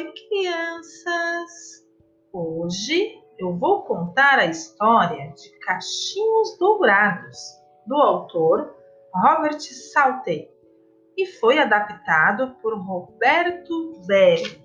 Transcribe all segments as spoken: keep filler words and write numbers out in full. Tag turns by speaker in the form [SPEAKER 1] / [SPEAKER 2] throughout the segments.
[SPEAKER 1] Oi, crianças! Hoje eu vou contar a história de Cachinhos Dourados, do autor Robert Salté, e foi adaptado por Roberto Belli.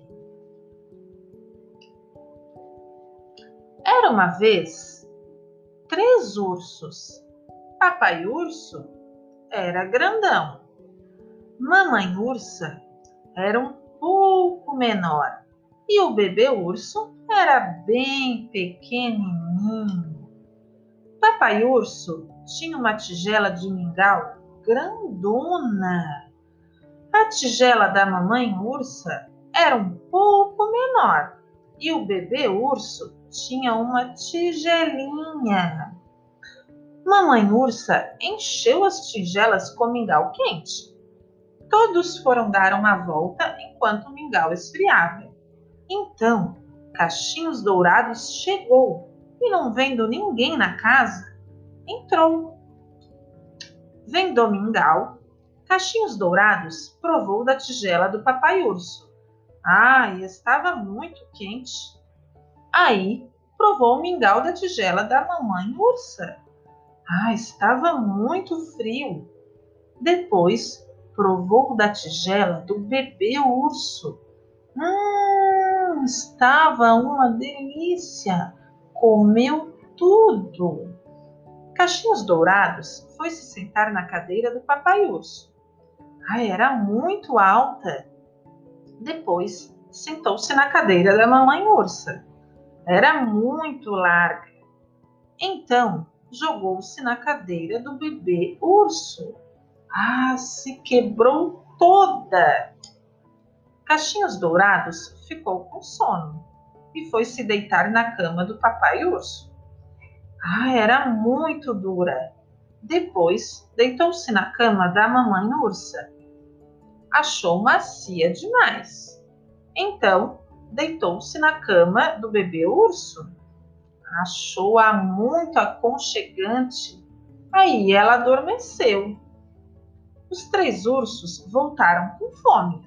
[SPEAKER 1] Era uma vez três ursos. Papai Urso era grandão. Mamãe Ursa era um pouco menor e o bebê urso era bem pequenininho. Papai Urso tinha uma tigela de mingau grandona. A tigela da mamãe ursa era um pouco menor e o bebê urso tinha uma tigelinha. Mamãe ursa encheu as tigelas com mingau quente. Todos foram dar uma volta enquanto o mingau esfriava. Então, Cachinhos Dourados chegou e, não vendo ninguém na casa, entrou. Vendo o mingau, Cachinhos Dourados provou da tigela do papai urso. Ah, e estava muito quente. Aí, provou o mingau da tigela da mamãe ursa. Ah, estava muito frio. Depois, provou da tigela do bebê urso. Hum, estava uma delícia. Comeu tudo. Cachinhos Dourados foi se sentar na cadeira do papai urso. Ah, era muito alta. Depois, sentou-se na cadeira da mamãe ursa. Era muito larga. Então, jogou-se na cadeira do bebê urso. Ah, se quebrou toda! Cachinhos Dourados ficou com sono e foi se deitar na cama do papai urso. Ah, era muito dura. Depois, deitou-se na cama da mamãe ursa. Achou macia demais. Então, deitou-se na cama do bebê urso. Achou-a muito aconchegante. Aí ela adormeceu. Os três ursos voltaram com fome.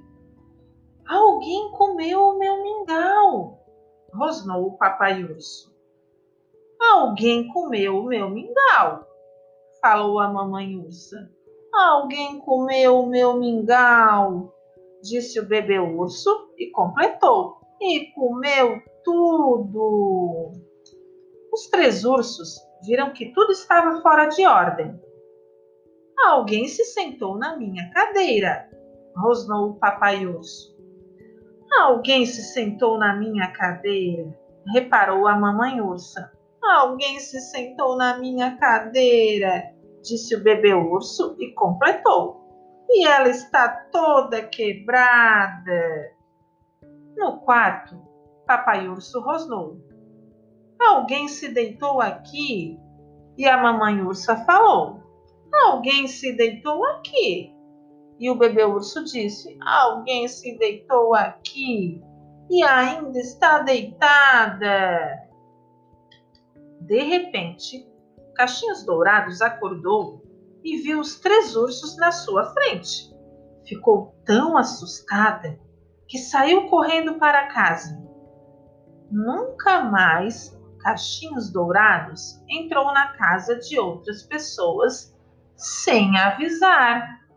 [SPEAKER 1] Alguém comeu o meu mingau, rosnou o papai urso. Alguém comeu o meu mingau, falou a mamãe ursa. Alguém comeu o meu mingau, disse o bebê urso e completou. E comeu tudo. Os três ursos viram que tudo estava fora de ordem. Alguém se sentou na minha cadeira, rosnou o papai urso. Alguém se sentou na minha cadeira, reparou a mamãe ursa. Alguém se sentou na minha cadeira, disse o bebê urso e completou. E ela está toda quebrada. No quarto, papai urso rosnou. Alguém se deitou aqui? E a mamãe ursa falou. Alguém se deitou aqui. E o bebê urso disse, alguém se deitou aqui e ainda está deitada. De repente, Cachinhos Dourados acordou e viu os três ursos na sua frente. Ficou tão assustada que saiu correndo para casa. Nunca mais Cachinhos Dourados entrou na casa de outras pessoas sem avisar.